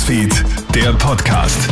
Newsfeed, der Podcast.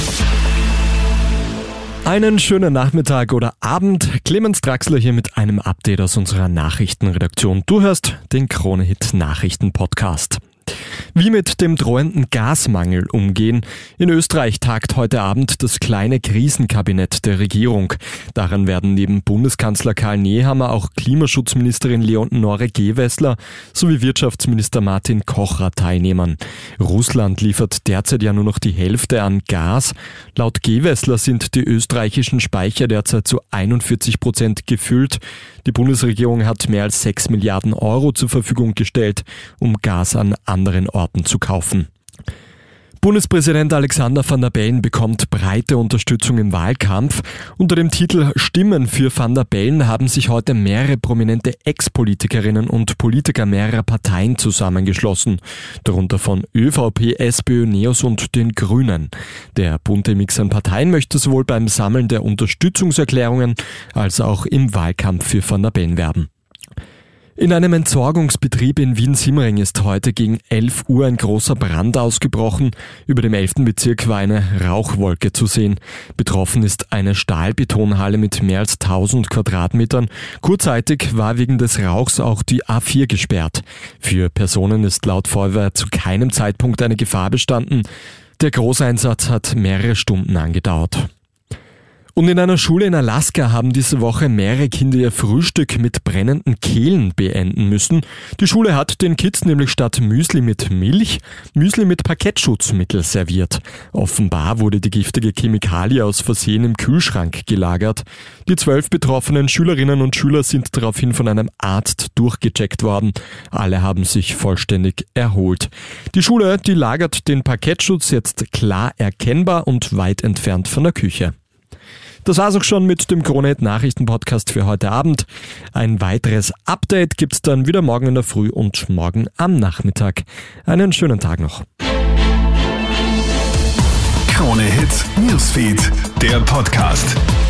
Einen schönen Nachmittag oder Abend. Clemens Draxler hier mit einem Update aus unserer Nachrichtenredaktion. Du hörst den Krone-Hit Nachrichten-Podcast. Wie mit dem drohenden Gasmangel umgehen? In Österreich tagt heute Abend das kleine Krisenkabinett der Regierung. Daran werden neben Bundeskanzler Karl Nehammer auch Klimaschutzministerin Leonore Gewessler sowie Wirtschaftsminister Martin Kocher teilnehmen. Russland liefert derzeit ja nur noch die Hälfte an Gas. Laut Gewessler sind die österreichischen Speicher derzeit zu 41% gefüllt. Die Bundesregierung hat mehr als 6 Milliarden Euro zur Verfügung gestellt, um Gas an anderen Orten zu kaufen. Bundespräsident Alexander Van der Bellen bekommt breite Unterstützung im Wahlkampf. Unter dem Titel Stimmen für Van der Bellen haben sich heute mehrere prominente Ex-Politikerinnen und Politiker mehrerer Parteien zusammengeschlossen, darunter von ÖVP, SPÖ, NEOS und den Grünen. Der bunte Mix an Parteien möchte sowohl beim Sammeln der Unterstützungserklärungen als auch im Wahlkampf für Van der Bellen werben. In einem Entsorgungsbetrieb in Wien-Simmering ist heute gegen 11 Uhr ein großer Brand ausgebrochen. Über dem 11. Bezirk war eine Rauchwolke zu sehen. Betroffen ist eine Stahlbetonhalle mit mehr als 1000 Quadratmetern. Kurzzeitig war wegen des Rauchs auch die A4 gesperrt. Für Personen ist laut Feuerwehr zu keinem Zeitpunkt eine Gefahr bestanden. Der Großeinsatz hat mehrere Stunden angedauert. Und in einer Schule in Alaska haben diese Woche mehrere Kinder ihr Frühstück mit brennenden Kehlen beenden müssen. Die Schule hat den Kids nämlich statt Müsli mit Milch, Müsli mit Parkettschutzmittel serviert. Offenbar wurde die giftige Chemikalie aus Versehen im Kühlschrank gelagert. Die 12 betroffenen Schülerinnen und Schüler sind daraufhin von einem Arzt durchgecheckt worden. Alle haben sich vollständig erholt. Die Schule, die lagert den Parkettschutz jetzt klar erkennbar und weit entfernt von der Küche. Das war's auch schon mit dem Krone-Hit Nachrichten-Podcast für heute Abend. Ein weiteres Update gibt's dann wieder morgen in der Früh und morgen am Nachmittag. Einen schönen Tag noch. Krone-Hit Newsfeed, der Podcast.